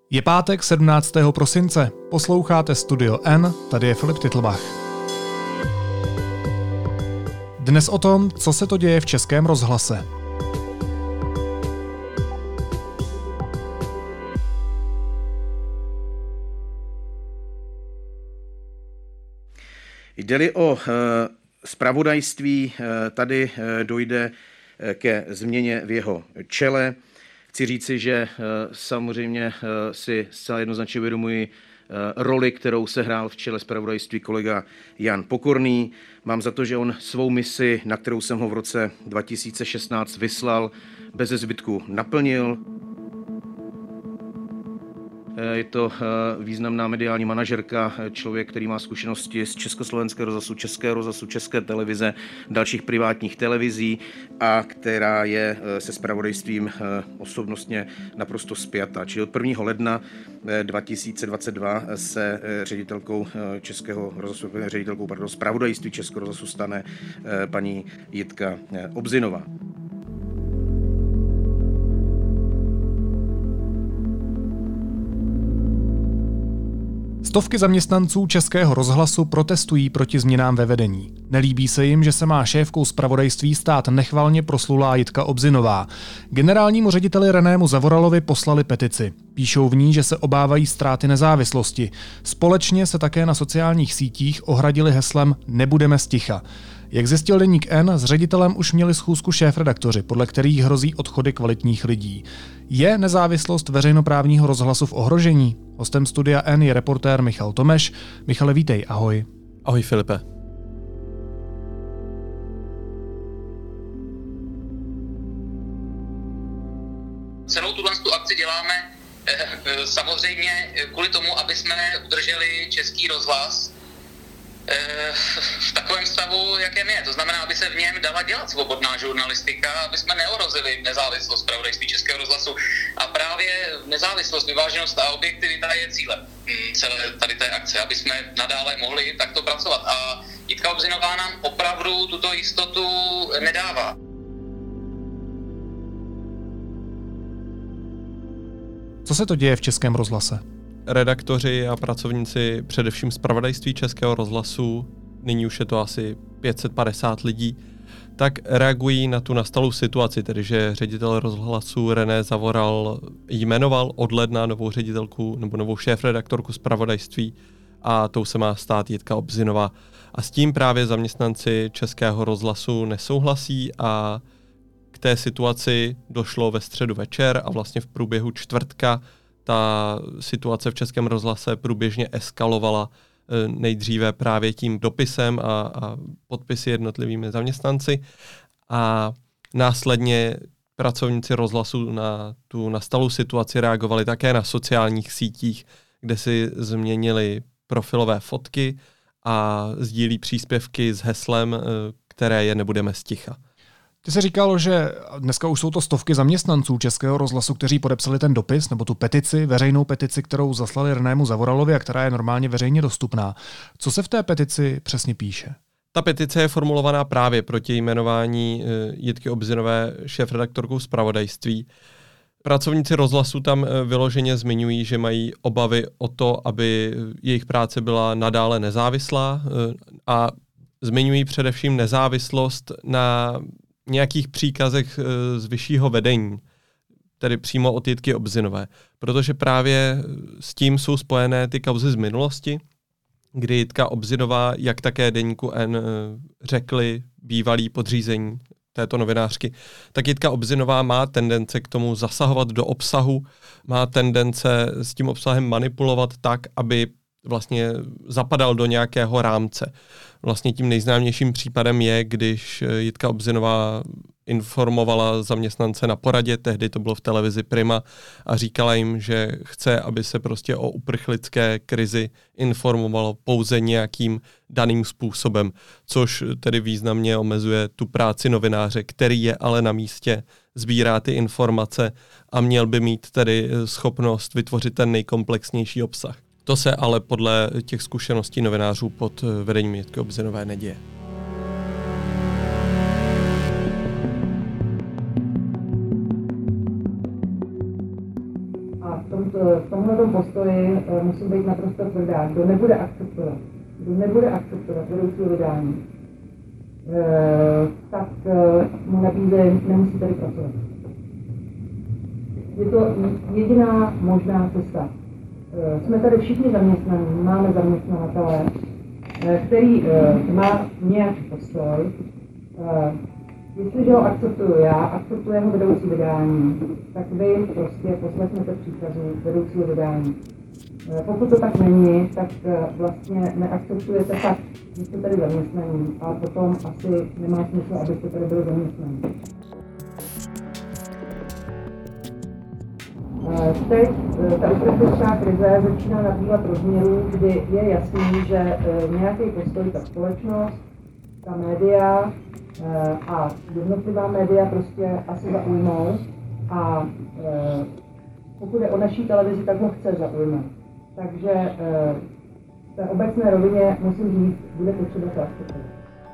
Je pátek 17. prosince. Posloucháte Studio N, tady je Filip Titlbach. Dnes o tom, co se to děje v Českém rozhlase. Jde-li o zpravodajství, tady dojde ke změně v jeho čele. Chci říci, že samozřejmě si zcela jednoznačně uvědomuji roli, kterou se hrál v čele zpravodajství kolega Jan Pokorný. Mám za to, že on svou misi, na kterou jsem ho v roce 2016 vyslal, beze zbytku naplnil. Je to významná mediální manažerka, člověk, který má zkušenosti z Československého rozhlasu, Českého rozhlasu, České televize, dalších privátních televizí a která je se zpravodajstvím osobnostně naprosto spjata. Čili od 1. ledna 2022 se ředitelkou Českého rozhlasu, zpravodajství Českého rozhlasu stane paní Jitka Obzinová. Stovky zaměstnanců Českého rozhlasu protestují proti změnám ve vedení. Nelíbí se jim, že se má šéfkou zpravodajství stát nechvalně proslulá Jitka Obzinová. Generálnímu řediteli Renému Zavoralovi poslali petici. Píšou v ní, že se obávají ztráty nezávislosti. Společně se také na sociálních sítích ohradili heslem Nebudeme sticha. Jak zjistil deník N, s ředitelem už měli schůzku šéfredaktoři, podle kterých hrozí odchody kvalitních lidí. Je nezávislost veřejnoprávního rozhlasu v ohrožení? Hostem Studia N je reportér Michal Tomeš. Michale, vítej, ahoj. Ahoj Filipe. Celou tu akci děláme samozřejmě kvůli tomu, aby jsme udrželi Český rozhlas v takovém stavu, jakém je. To znamená, aby se v něm dala dělat svobodná žurnalistika, aby jsme neohrozili nezávislost zpravodajství Českého rozhlasu. A právě nezávislost, vyváženost a objektivita je cílem celé tady té akce, aby jsme nadále mohli takto pracovat. A Jitka Obzinová nám opravdu tuto jistotu nedává. Co se to děje v Českém rozhlase? Redaktoři a pracovníci především zpravodajství Českého rozhlasu, nyní už je to asi 550 lidí, tak reagují na tu nastalou situaci, tedy že ředitel rozhlasu René Zavoral jmenoval od ledna novou ředitelku nebo novou šéfredaktorku zpravodajství a tou se má stát Jitka Obzinová. A s tím právě zaměstnanci Českého rozhlasu nesouhlasí a k té situaci došlo ve středu večer a vlastně v průběhu čtvrtka ta situace v Českém rozhlase průběžně eskalovala nejdříve právě tím dopisem a podpisy jednotlivými zaměstnanci a následně pracovníci rozhlasu na tu nastalou situaci reagovali také na sociálních sítích, kde si změnili profilové fotky a sdílí příspěvky s heslem, které je Nebudeme sticha. Ty jsi říkal, že dneska už jsou to stovky zaměstnanců Českého rozhlasu, kteří podepsali ten dopis nebo tu petici, veřejnou petici, kterou zaslali Renému Zavoralovi a která je normálně veřejně dostupná. Co se v té petici přesně píše? Ta petice je formulovaná právě proti jmenování Jitky Obzinové šéfredaktorkou zpravodajství. Pracovníci rozhlasu tam vyloženě zmiňují, že mají obavy o to, aby jejich práce byla nadále nezávislá a zmiňují především nezávislost na nějakých příkazech z vyššího vedení, tedy přímo od Jitky Obzinové. Protože právě s tím jsou spojené ty kauzy z minulosti, kdy Jitka Obzinová, jak také deníku N řekli bývalí podřízení této novinářky, tak Jitka Obzinová má tendence k tomu zasahovat do obsahu, má tendence s tím obsahem manipulovat tak, aby vlastně zapadal do nějakého rámce. Vlastně tím nejznámějším případem je, když Jitka Obzinová informovala zaměstnance na poradě, tehdy to bylo v televizi Prima, a říkala jim, že chce, aby se prostě o uprchlické krizi informovalo pouze nějakým daným způsobem, což tedy významně omezuje tu práci novináře, který je ale na místě, sbírá ty informace a měl by mít tedy schopnost vytvořit ten nejkomplexnější obsah. To se ale podle těch zkušeností novinářů pod vedením Jitky Obzinové neděje. A v tomto v tomhle postoji musím být naprosto tvrdá. Kdo nebude akceptovat vedoucího vydání, tak mu nabízím, nemusí tady pracovat. Je to jediná možná cesta. Jsme tady všichni zaměstnaní, máme zaměstnavatele, který má nějaký postoj. Jestliže ho akceptuju já, akceptuje ho vedoucí vydání, tak vy prostě poslechnete příkazy vedoucího vydání. Pokud to tak není, tak vlastně neakceptujete fakt, že jste tady zaměstnaní a potom asi nemá smysl, abyste tady byli zaměstnaní. Teď ta uprchlická krize začíná nabývat rozměrů, kdy je jasný, že nějaký postoj ta společnost, ta média a jednotlivá média prostě asi zaujmou a pokud je o naší televizi, tak ho chce zaujmout. Takže v té obecné rovině musím říct, bude potřeba to akceptovat.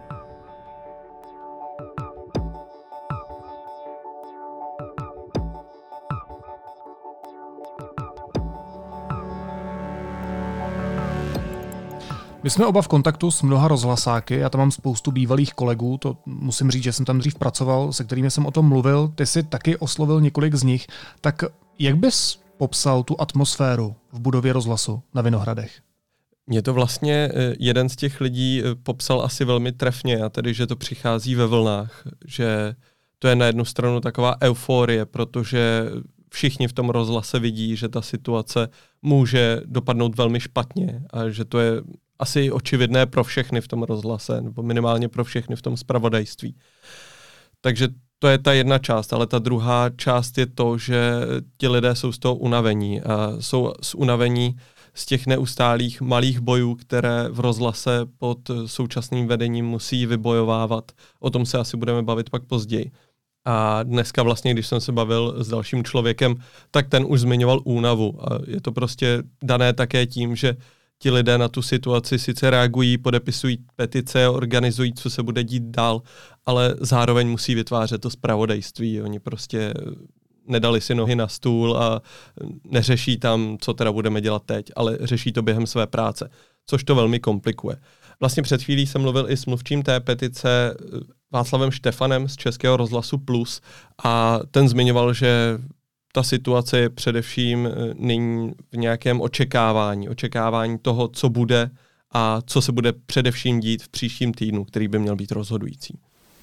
My jsme oba v kontaktu s mnoha rozhlasáky, já tam mám spoustu bývalých kolegů, to musím říct, že jsem tam dřív pracoval, se kterými jsem o tom mluvil, ty jsi taky oslovil několik z nich, tak jak bys popsal tu atmosféru v budově rozhlasu na Vinohradech? Mě to vlastně jeden z těch lidí popsal asi velmi trefně, a tedy, že to přichází ve vlnách, že to je na jednu stranu taková euforie, protože všichni v tom rozhlase vidí, že ta situace může dopadnout velmi špatně a že to je asi očividné pro všechny v tom rozhlase, nebo minimálně pro všechny v tom zpravodajství. Takže to je ta jedna část, ale ta druhá část je to, že ti lidé jsou z toho unavení a jsou unavení z těch neustálých malých bojů, které v rozhlase pod současným vedením musí vybojovávat. O tom se asi budeme bavit pak později. A dneska vlastně, když jsem se bavil s dalším člověkem, tak ten už zmiňoval únavu. A je to prostě dané také tím, že ti lidé na tu situaci sice reagují, podepisují petice, organizují, co se bude dít dál, ale zároveň musí vytvářet to zpravodajství. Oni prostě nedali si nohy na stůl a neřeší tam, co teda budeme dělat teď, ale řeší to během své práce, což to velmi komplikuje. Vlastně před chvílí jsem mluvil i s mluvčím té petice Václavem Štefanem z Českého rozhlasu Plus a ten zmiňoval, že ta situace je především nyní v nějakém očekávání toho, co bude a co se bude především dít v příštím týdnu, který by měl být rozhodující.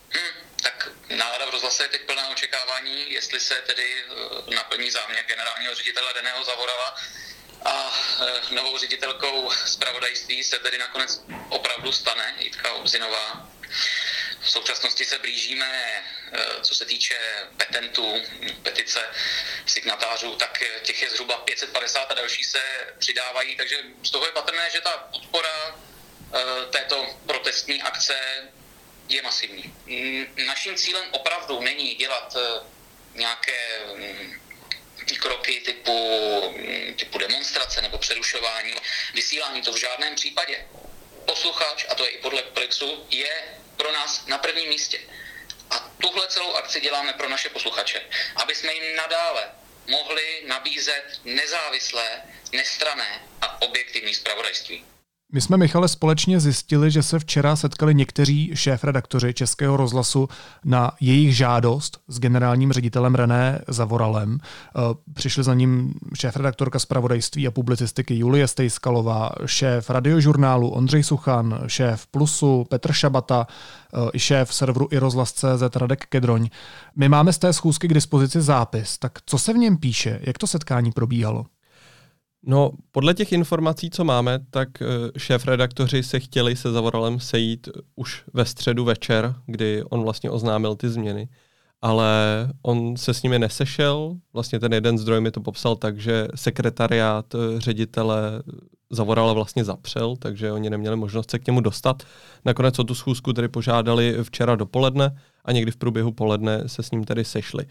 Tak nálada v rozhlase je teď plná očekávání, jestli se tedy naplní záměr generálního ředitele Reného Zavorala a novou ředitelkou zpravodajství se tedy nakonec opravdu stane Jitka Obzinová. V současnosti se blížíme, co se týče petentů, petice signatářů, tak těch je zhruba 550 a další se přidávají, takže z toho je patrné, že ta podpora této protestní akce je masivní. Naším cílem opravdu není dělat nějaké kroky typu demonstrace nebo přerušování vysílání, to v žádném případě. Posluchač, a to je i podle Plexu, je pro nás na prvním místě. A tuhle celou akci děláme pro naše posluchače, aby jsme jim nadále mohli nabízet nezávislé, nestranné a objektivní zpravodajství. My jsme, Michale, společně zjistili, že se včera setkali někteří šéfredaktoři Českého rozhlasu na jejich žádost s generálním ředitelem René Zavoralem. Přišli za ním šéfredaktorka zpravodajství a publicistiky Julie Stejskalová, šéf Radiožurnálu Ondřej Suchan, šéf Plusu Petr Šabata, i šéf serveru iRozhlas.cz Radek Kedroň. My máme z té schůzky k dispozici zápis, tak co se v něm píše? Jak to setkání probíhalo? No, podle těch informací, co máme, tak šéfredaktoři se chtěli se Zavoralem sejít už ve středu večer, kdy on vlastně oznámil ty změny, ale on se s nimi nesešel. Vlastně ten jeden zdroj mi to popsal tak, že sekretariát ředitele Zavorala vlastně zapřel, takže oni neměli možnost se k němu dostat. Nakonec o tu schůzku tedy požádali včera dopoledne a někdy v průběhu poledne se s ním tedy sešli.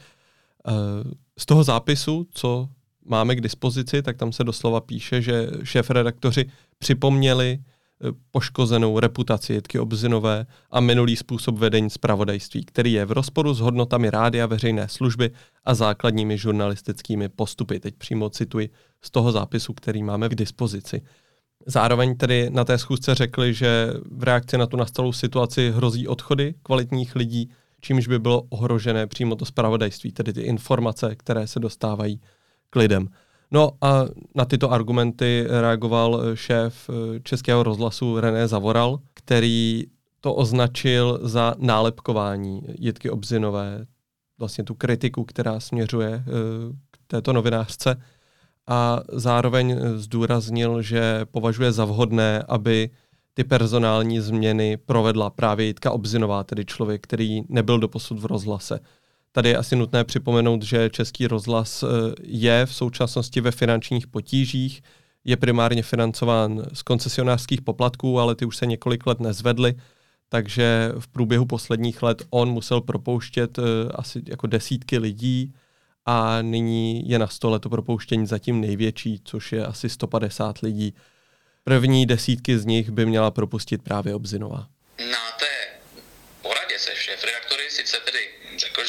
Z toho zápisu, co máme k dispozici, tak tam se doslova píše, že šéfredaktoři připomněli poškozenou reputaci Jitky Obzynové a minulý způsob vedení zpravodajství, který je v rozporu s hodnotami rádia veřejné služby a základními žurnalistickými postupy. Teď přímo cituji z toho zápisu, který máme k dispozici. Zároveň tedy na té schůzce řekli, že v reakci na tu nastalou situaci hrozí odchody kvalitních lidí, čímž by bylo ohrožené přímo to zpravodajství, tedy ty informace, které se dostávají k lidem. No a na tyto argumenty reagoval šéf Českého rozhlasu René Zavoral, který to označil za nálepkování Jitky Obzynové, vlastně tu kritiku, která směřuje k této novinářce, a zároveň zdůraznil, že považuje za vhodné, aby ty personální změny provedla právě Jitka Obzynová, tedy člověk, který nebyl doposud v rozhlase. Tady je asi nutné připomenout, že Český rozhlas je v současnosti ve finančních potížích, je primárně financován z koncesionářských poplatků, ale ty už se několik let nezvedly, takže v průběhu posledních let on musel propouštět asi jako desítky lidí a nyní je na stole to propouštění zatím největší, což je asi 150 lidí. První desítky z nich by měla propustit právě Obzynová. Na té poradě se šéfredaktory sice tedy řekl,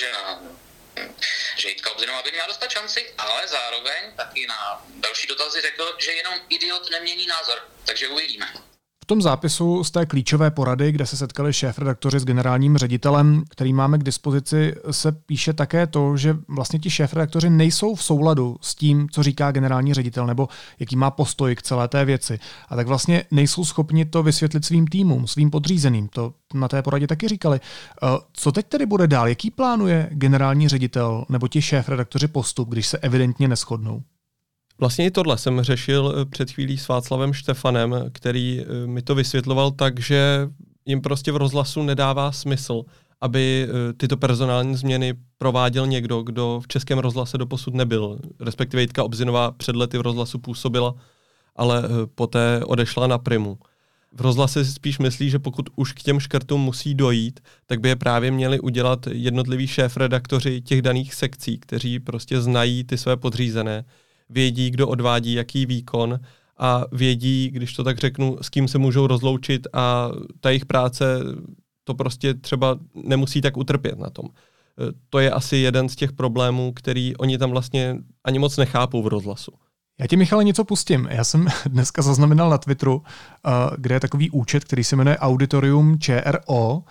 že Jitka Obzynová by měla dostat šanci, ale zároveň taky na další dotazy řekl, že jenom idiot nemění názor, takže uvidíme. V tom zápisu z té klíčové porady, kde se setkali šéfredaktoři s generálním ředitelem, který máme k dispozici, se píše také to, že vlastně ti šéfredaktoři nejsou v souladu s tím, co říká generální ředitel, nebo jaký má postoj k celé té věci. A tak vlastně nejsou schopni to vysvětlit svým týmům, svým podřízeným. To na té poradě taky říkali. Co teď tedy bude dál? Jaký plánuje generální ředitel nebo ti šéfredaktoři postup, když se evidentně neshodnou? Vlastně i tohle jsem řešil před chvílí s Václavem Štefanem, který mi to vysvětloval tak, že jim prostě v rozhlasu nedává smysl, aby tyto personální změny prováděl někdo, kdo v Českém rozhlase doposud nebyl. Respektive Jitka Obzynová před lety v rozhlasu působila, ale poté odešla na Primu. V rozhlase si spíš myslí, že pokud už k těm škrtům musí dojít, tak by je právě měli udělat jednotliví šéfredaktoři těch daných sekcí, kteří prostě znají ty své podřízené, vědí, kdo odvádí jaký výkon a vědí, když to tak řeknu, s kým se můžou rozloučit a ta jejich práce to prostě třeba nemusí tak utrpět na tom. To je asi jeden z těch problémů, který oni tam vlastně ani moc nechápou v rozhlasu. Já ti, Michale, něco pustím. Já jsem dneska zaznamenal na Twitteru, kde je takový účet, který se jmenuje Auditorium ČRO,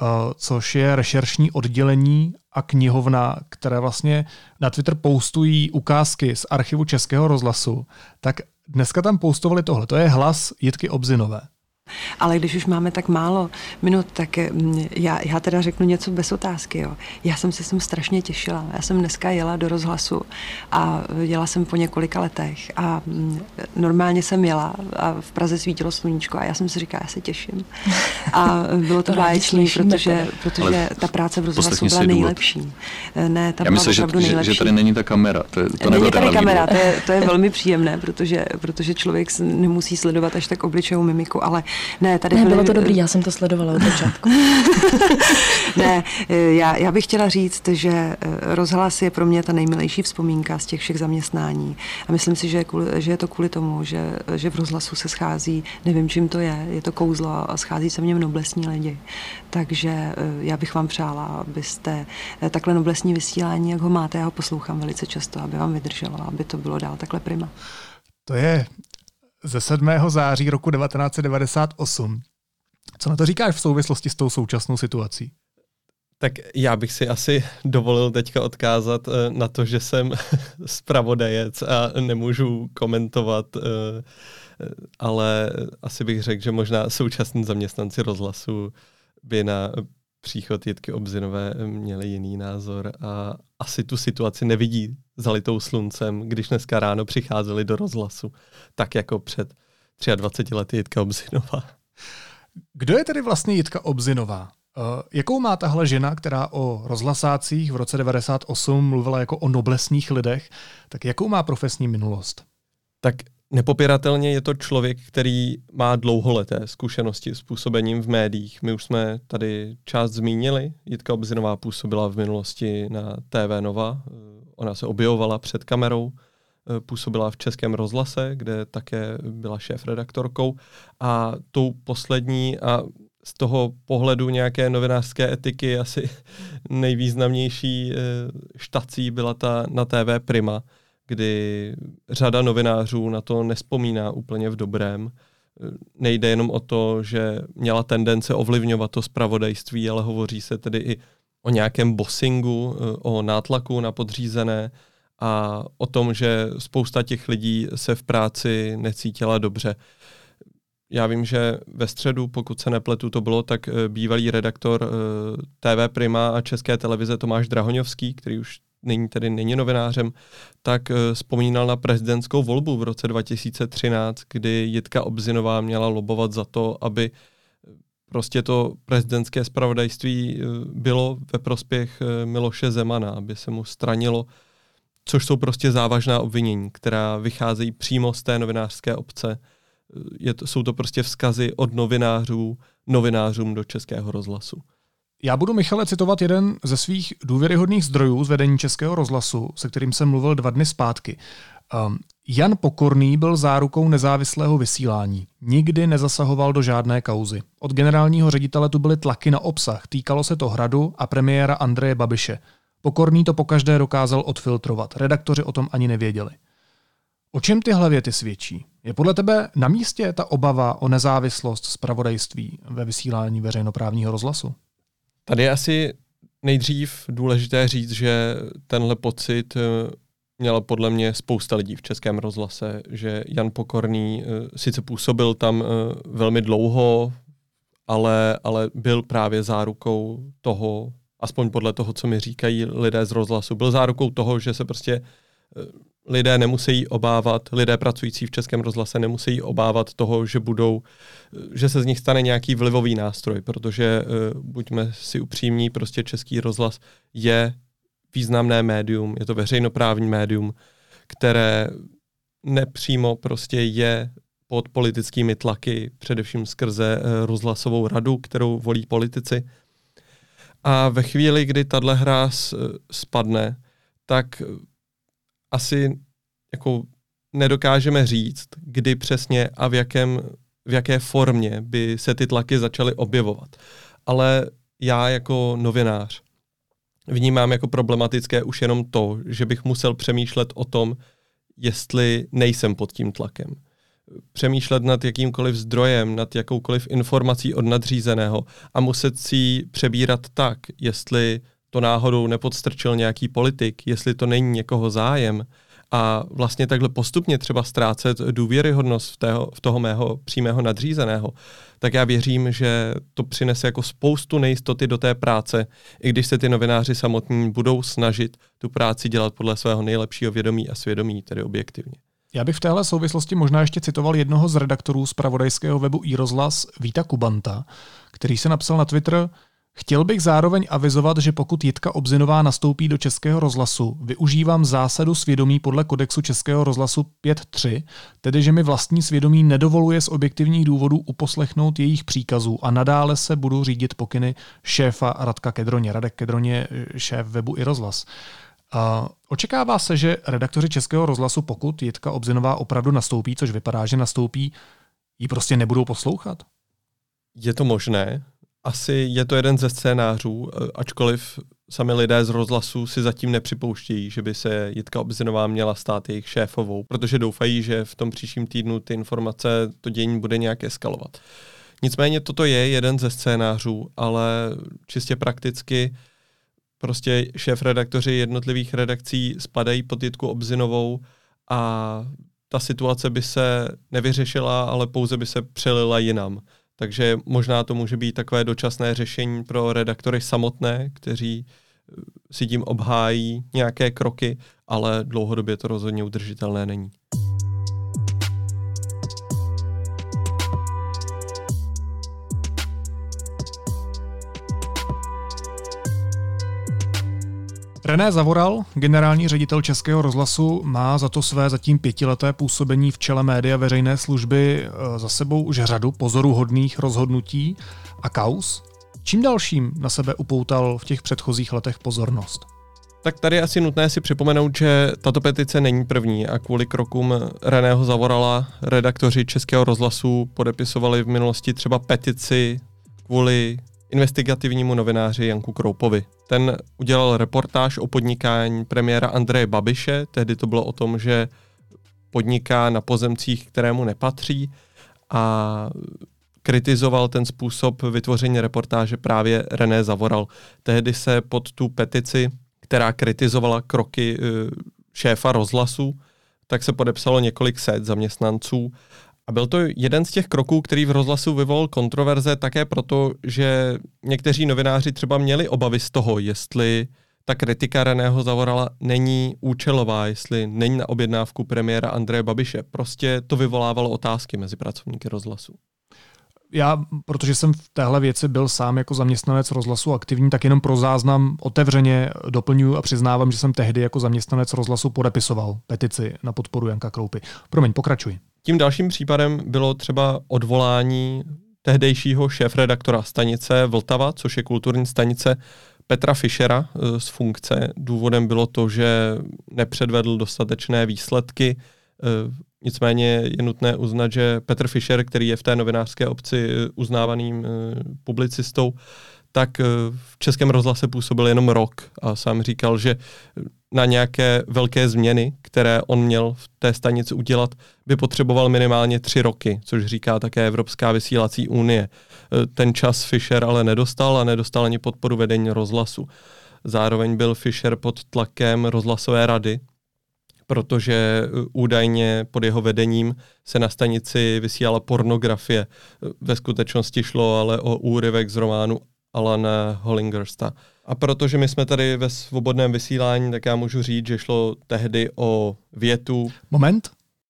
což je rešeršní oddělení a knihovna, které vlastně na Twitter postují ukázky z archivu Českého rozhlasu. Tak dneska tam postovali tohle. To je hlas Jitky Obzynové. Ale když už máme tak málo minut, tak já teda řeknu něco bez otázky. Jo. Já jsem se s tím strašně těšila. Já jsem dneska jela do rozhlasu a jela jsem po několika letech a normálně jsem jela a v Praze svítilo sluníčko a já jsem si říkala, já se těším. A bylo to báječný, protože ta práce v rozhlasu byla nejlepší. Ne, ta já myslím, že tady není ta kamera. To není tady kamera, to je velmi příjemné, protože člověk nemusí sledovat až tak obličejovou mimiku, ale ne, tady bylo to dobrý, já jsem to sledovala od začátku. Ne, já bych chtěla říct, že rozhlas je pro mě ta nejmilejší vzpomínka z těch všech zaměstnání. A myslím si, že je to kvůli tomu, že v rozhlasu se schází, nevím, čím to je to kouzlo a schází se v něm noblesní lidi. Takže já bych vám přála, abyste takhle noblesní vysílání, jak ho máte, já ho poslouchám velice často, aby vám vydrželo, aby to bylo dál takhle prima. To je ze 7. září roku 1998. Co na to říkáš v souvislosti s tou současnou situací? Tak já bych si asi dovolil teďka odkázat na to, že jsem zpravodajec a nemůžu komentovat, ale asi bych řekl, že možná současní zaměstnanci rozhlasu by na příchod Jitky Obzynové měli jiný názor a asi tu situaci nevidí zalitou sluncem, když dneska ráno přicházeli do rozhlasu, tak jako před 23 lety Jitka Obzynová. Kdo je tedy vlastně Jitka Obzynová? Jakou má tahle žena, která o rozhlasácích v roce 1998 mluvila jako o noblesních lidech, tak jakou má profesní minulost? Tak nepopiratelně je to člověk, který má dlouholeté zkušenosti s působením v médiích. My už jsme tady část zmínili. Jitka Obzynová působila v minulosti na TV Nova. Ona se objevovala před kamerou. působila v Českém rozhlase, kde také byla šéfredaktorkou. A tou poslední a z toho pohledu nějaké novinářské etiky asi nejvýznamnější štací byla ta na TV Prima, kdy řada novinářů na to nevzpomíná úplně v dobrém. Nejde jenom o to, že měla tendence ovlivňovat to zpravodajství, ale hovoří se tedy i o nějakém bossingu, o nátlaku na podřízené a o tom, že spousta těch lidí se v práci necítila dobře. Já vím, že ve středu, pokud se nepletu, to bylo, tak bývalý redaktor TV Prima a České televize Tomáš Drahoňovský, který už není novinářem, tak vzpomínal na prezidentskou volbu v roce 2013, kdy Jitka Obzinová měla lobovat za to, aby prostě to prezidentské zpravodajství bylo ve prospěch Miloše Zemana, aby se mu stranilo, což jsou prostě závažná obvinění, která vycházejí přímo z té novinářské obce. Jsou to prostě vzkazy od novinářům do Českého rozhlasu. Já budu, Michale, citovat jeden ze svých důvěryhodných zdrojů z vedení Českého rozhlasu, se kterým jsem mluvil 2 dny zpátky. Jan Pokorný byl zárukou nezávislého vysílání. Nikdy nezasahoval do žádné kauzy. Od generálního ředitele tu byly tlaky na obsah. Týkalo se to Hradu a premiéra Andreje Babiše. Pokorný to pokaždé dokázal odfiltrovat. Redaktoři o tom ani nevěděli. O čem tyhle věty svědčí? Je podle tebe na místě ta obava o nezávislost zpravodajství ve vysílání veřejnoprávního rozhlasu? Tady je asi nejdřív důležité říct, že tenhle pocit měla podle mě spousta lidí v Českém rozhlase, že Jan Pokorný sice působil tam velmi dlouho, ale byl právě zárukou toho, aspoň podle toho, co mi říkají lidé z rozhlasu, byl zárukou toho, že se prostě lidé nemusí obávat, lidé pracující v Českém rozhlase nemusí obávat toho, že se z nich stane nějaký vlivový nástroj, protože buďme si upřímní, prostě Český rozhlas je významné médium, je to veřejnoprávní médium, které nepřímo prostě je pod politickými tlaky, především skrze rozhlasovou radu, kterou volí politici. A ve chvíli, kdy tahle hra spadne, tak asi jako nedokážeme říct, kdy přesně a v jaké formě by se ty tlaky začaly objevovat. Ale já jako novinář vnímám jako problematické už jenom to, že bych musel přemýšlet o tom, jestli nejsem pod tím tlakem. Přemýšlet nad jakýmkoliv zdrojem, nad jakoukoliv informací od nadřízeného a muset si ji přebírat tak, jestli to náhodou nepodstrčil nějaký politik, jestli to není někoho zájem a vlastně takhle postupně třeba ztrácet důvěryhodnost v toho mého přímého nadřízeného, tak já věřím, že to přinese jako spoustu nejistoty do té práce, i když se ty novináři samotní budou snažit tu práci dělat podle svého nejlepšího vědomí a svědomí, tedy objektivně. Já bych v téhle souvislosti možná ještě citoval jednoho z redaktorů zpravodajského webu iRozhlas, Víta Kubanta, který se napsal na Twitter: Chtěl bych zároveň avizovat, že pokud Jitka Obzinová nastoupí do Českého rozhlasu, využívám zásadu svědomí podle kodexu Českého rozhlasu 5.3, tedy že mi vlastní svědomí nedovoluje z objektivních důvodů uposlechnout jejich příkazů a nadále se budu řídit pokyny šéfa Radka Kedroně. Radek Kedroně, šéf webu iRozhlas. Očekává se, že redaktoři Českého rozhlasu, pokud Jitka Obzinová opravdu nastoupí, což vypadá, že nastoupí, ji prostě nebudou poslouchat? Je to možné. Asi je to jeden ze scénářů, ačkoliv sami lidé z rozhlasu si zatím nepřipouštějí, že by se Jitka Obzinová měla stát jejich šéfovou, protože doufají, že v tom příštím týdnu ty informace, to dění bude nějak eskalovat. Nicméně toto je jeden ze scénářů, ale čistě prakticky prostě šéfredaktoři jednotlivých redakcí spadají pod Jitku Obzinovou a ta situace by se nevyřešila, ale pouze by se přelila jinam. Takže možná to může být takové dočasné řešení pro redaktory samotné, kteří si tím obhájí nějaké kroky, ale dlouhodobě to rozhodně udržitelné není. René Zavoral, generální ředitel Českého rozhlasu, má za to své zatím 5leté působení v čele média veřejné služby za sebou už řadu pozoruhodných rozhodnutí a kauz. Čím dalším na sebe upoutal v těch předchozích letech pozornost? Tak tady je asi nutné si připomenout, že tato petice není první a kvůli krokům Reného Zavorala redaktoři Českého rozhlasu podepisovali v minulosti třeba petici kvůli investigativnímu novináři Janku Kroupovi. Ten udělal reportáž o podnikání premiéra Andreje Babiše, tehdy to bylo o tom, že podniká na pozemcích, kterému nepatří, a kritizoval ten způsob vytvoření reportáže právě René Zavoral. Tehdy se pod tu petici, která kritizovala kroky šéfa rozhlasu, tak se podepsalo několik set zaměstnanců. A byl to jeden z těch kroků, který v rozhlasu vyvolal kontroverze také proto, že někteří novináři třeba měli obavy z toho, jestli ta kritika Reného Zavorala není účelová, jestli není na objednávku premiéra Andreje Babiše. Prostě to vyvolávalo otázky mezi pracovníky rozhlasu. Já, protože jsem v téhle věci byl sám jako zaměstnanec rozhlasu aktivní, tak jenom pro záznam otevřeně doplňuji a přiznávám, že jsem tehdy jako zaměstnanec rozhlasu podepisoval petici na podporu Janka Kroupy. Promiň, pokračuj. Tím dalším případem bylo třeba odvolání tehdejšího šéfredaktora stanice Vltava, což je kulturní stanice, Petra Fischera z funkce. Důvodem bylo to, že nepředvedl dostatečné výsledky. Nicméně je nutné uznat, že Petr Fischer, který je v té novinářské obci uznávaným publicistou, tak v Českém rozhlase působil jenom rok a sám říkal, že na nějaké velké změny, které on měl v té stanici udělat, by potřeboval minimálně 3 roky, což říká také Evropská vysílací unie. Ten čas Fischer ale nedostal a nedostal ani podporu vedení rozhlasu. Zároveň byl Fischer pod tlakem rozhlasové rady, protože údajně pod jeho vedením se na stanici vysílala pornografie. Ve skutečnosti šlo ale o úryvek z románu Alana Hollingersta. A protože my jsme tady ve svobodném vysílání, tak já můžu říct, že šlo tehdy o větu... Moment.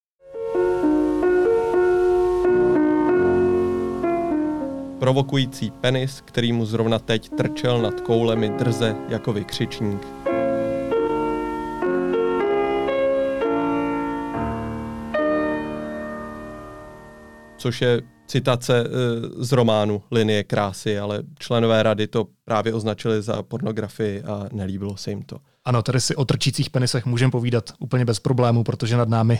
Provokující penis, který mu zrovna teď trčel nad koulemi drze jako vykřičník. Což je citace z románu Linie krásy, ale členové rady to právě označili za pornografii a nelíbilo se jim to. Ano, tady si o trčících penisech můžeme povídat úplně bez problémů, protože nad námi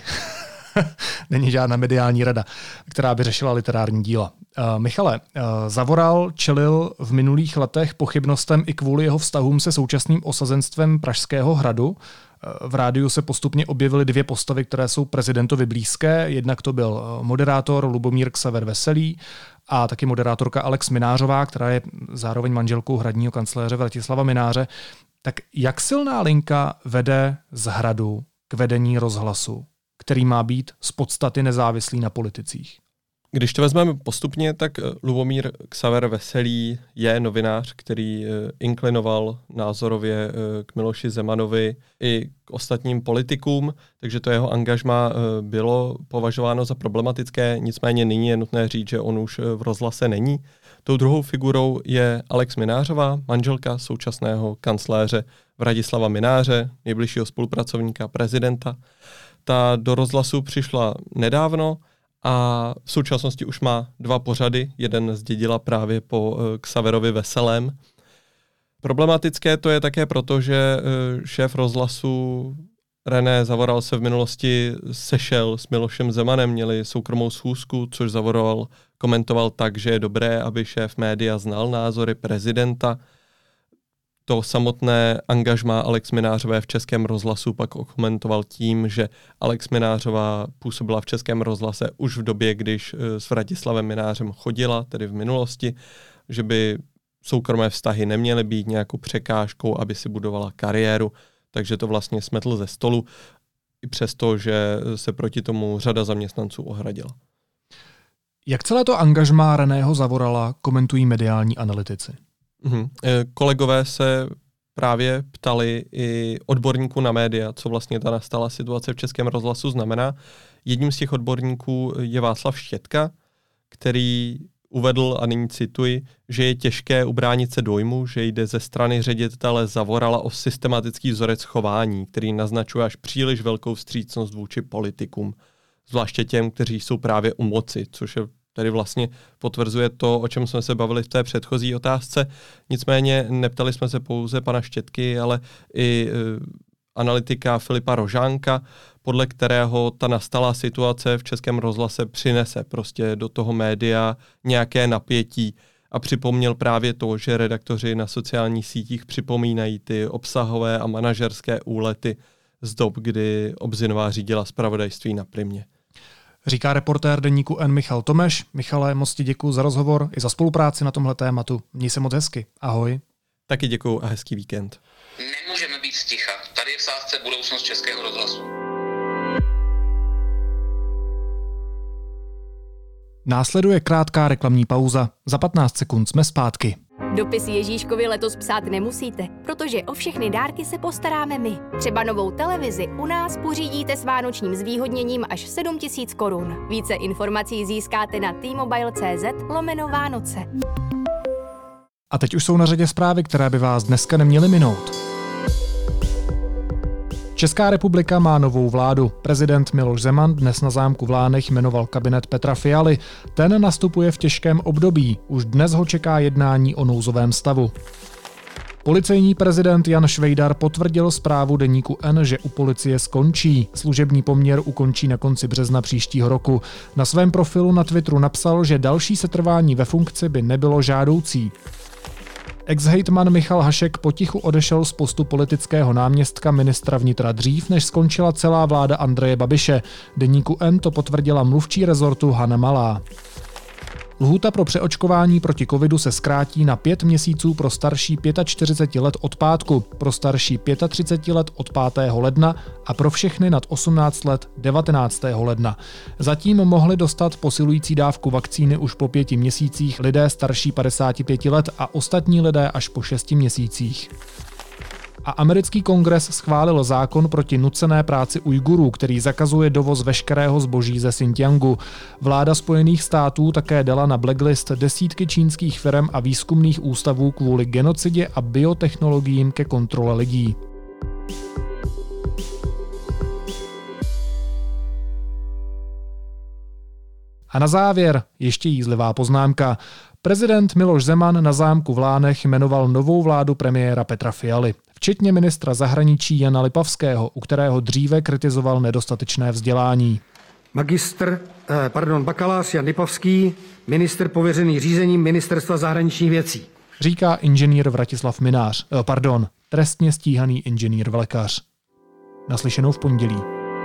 není žádná mediální rada, která by řešila literární díla. Michale, Zavoral čelil v minulých letech pochybnostem i kvůli jeho vztahům se současným osazenstvem Pražského hradu. V rádiu se postupně objevily 2 postavy, které jsou prezidentovi blízké. Jednak to byl moderátor Lubomír Ksaver Veselý a taky moderátorka Alex Minářová, která je zároveň manželkou hradního kancléře Vratislava Mináře. Tak jak silná linka vede z hradu k vedení rozhlasu, který má být z podstaty nezávislý na politicích? Když to vezmeme postupně, tak Lubomír Ksaver Veselý je novinář, který inklinoval názorově k Miloši Zemanovi i k ostatním politikům, takže to jeho angažmá bylo považováno za problematické, nicméně nyní je nutné říct, že on už v rozhlase není. Tou druhou figurou je Alex Minářová, manželka současného kancléře Vratislava Mináře, nejbližšího spolupracovníka prezidenta. Ta do rozhlasu přišla nedávno a v současnosti už má 2 pořady, jeden zdědila právě po Ksaverovi Veselém. Problematické to je také proto, že šéf rozhlasu René Zavoral se v minulosti sešel s Milošem Zemanem, měli soukromou schůzku, což Zavoral komentoval tak, že je dobré, aby šéf média znal názory prezidenta. To samotné angažmá Alex Minářové v Českém rozhlasu pak okomentoval tím, že Alex Minářová působila v Českém rozhlase už v době, když s Vratislavem Minářem chodila, tedy v minulosti, že by soukromé vztahy neměly být nějakou překážkou, aby si budovala kariéru, takže to vlastně smetl ze stolu, i přesto, že se proti tomu řada zaměstnanců ohradila. Jak celé to angažmá Reného Zavorala komentují mediální analytici? Kolegové se právě ptali i odborníků na média, co vlastně ta nastala situace v Českém rozhlasu znamená. Jedním z těch odborníků je Václav Štětka, který uvedl, a nyní cituji, že je těžké ubránit se dojmu, že jde ze strany ředitele Zavorala o systematický vzorec chování, který naznačuje až příliš velkou vstřícnost vůči politikům, zvláště těm, kteří jsou právě u moci, což je Tedy vlastně potvrzuje to, o čem jsme se bavili v té předchozí otázce. Nicméně neptali jsme se pouze pana Štětky, ale i analytika Filipa Rožánka, podle kterého ta nastalá situace v Českém rozhlase přinese prostě do toho média nějaké napětí. A připomněl právě to, že redaktoři na sociálních sítích připomínají ty obsahové a manažerské úlety z dob, kdy Obzinová řídila zpravodajství na Primě. Říká reportér deníku N Michal Tomeš. Michale, moc ti děkuju za rozhovor i za spolupráci na tomhle tématu. Měj se moc hezky. Ahoj. Taky děkuju a hezký víkend. Nemůžeme být sticha. Tady je v sázce budoucnost Českého rozhlasu. Následuje krátká reklamní pauza. Za 15 sekund jsme zpátky. Dopis Ježíškovi letos psát nemusíte, protože o všechny dárky se postaráme my. Třeba novou televizi u nás pořídíte s vánočním zvýhodněním až 7 000 korun. Více informací získáte na t-mobile.cz/Vánoce. A teď už jsou na řadě zprávy, které by vás dneska neměly minout. Česká republika má novou vládu. Prezident Miloš Zeman dnes na zámku v Lánech jmenoval kabinet Petra Fialy. Ten nastupuje v těžkém období. Už dnes ho čeká jednání o nouzovém stavu. Policejní prezident Jan Švejdar potvrdil zprávu deníku N, že u policie skončí. Služební poměr ukončí na konci března příštího roku. Na svém profilu na Twitteru napsal, že další setrvání ve funkci by nebylo žádoucí. Ex-hejtman Michal Hašek potichu odešel z postu politického náměstka ministra vnitra dřív, než skončila celá vláda Andreje Babiše. Deníku N to potvrdila mluvčí rezortu Hana Malá. Lhůta pro přeočkování proti covidu se zkrátí na 5 měsíců pro starší 45 let od pátku, pro starší 35 let od 5. ledna a pro všechny nad 18 let 19. ledna. Zatím mohli dostat posilující dávku vakcíny už po 5 měsících lidé starší 55 let a ostatní lidé až po 6 měsících. A americký kongres schválil zákon proti nucené práci Ujgurů, který zakazuje dovoz veškerého zboží ze Xinjiangu. Vláda Spojených států také dala na blacklist desítky čínských firem a výzkumných ústavů kvůli genocidě a biotechnologiím ke kontrole lidí. A na závěr ještě jízlivá poznámka. Prezident Miloš Zeman na zámku v Lánech jmenoval novou vládu premiéra Petra Fialy, včetně ministra zahraničí Jana Lipavského, u kterého dříve kritizoval nedostatečné vzdělání. Bakalář Jan Lipavský, ministr pověřený řízením Ministerstva zahraničních věcí. Říká inženýr Vratislav Minář, trestně stíhaný inženýr vlekař. Naslyšenou v pondělí.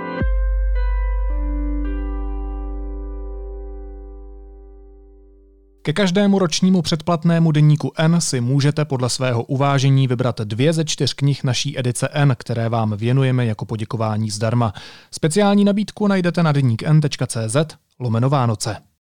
Ke každému ročnímu předplatnému deníku N si můžete podle svého uvážení vybrat 2 ze 4 knih naší edice N, které vám věnujeme jako poděkování zdarma. Speciální nabídku najdete na deníkn.cz/Vánoce.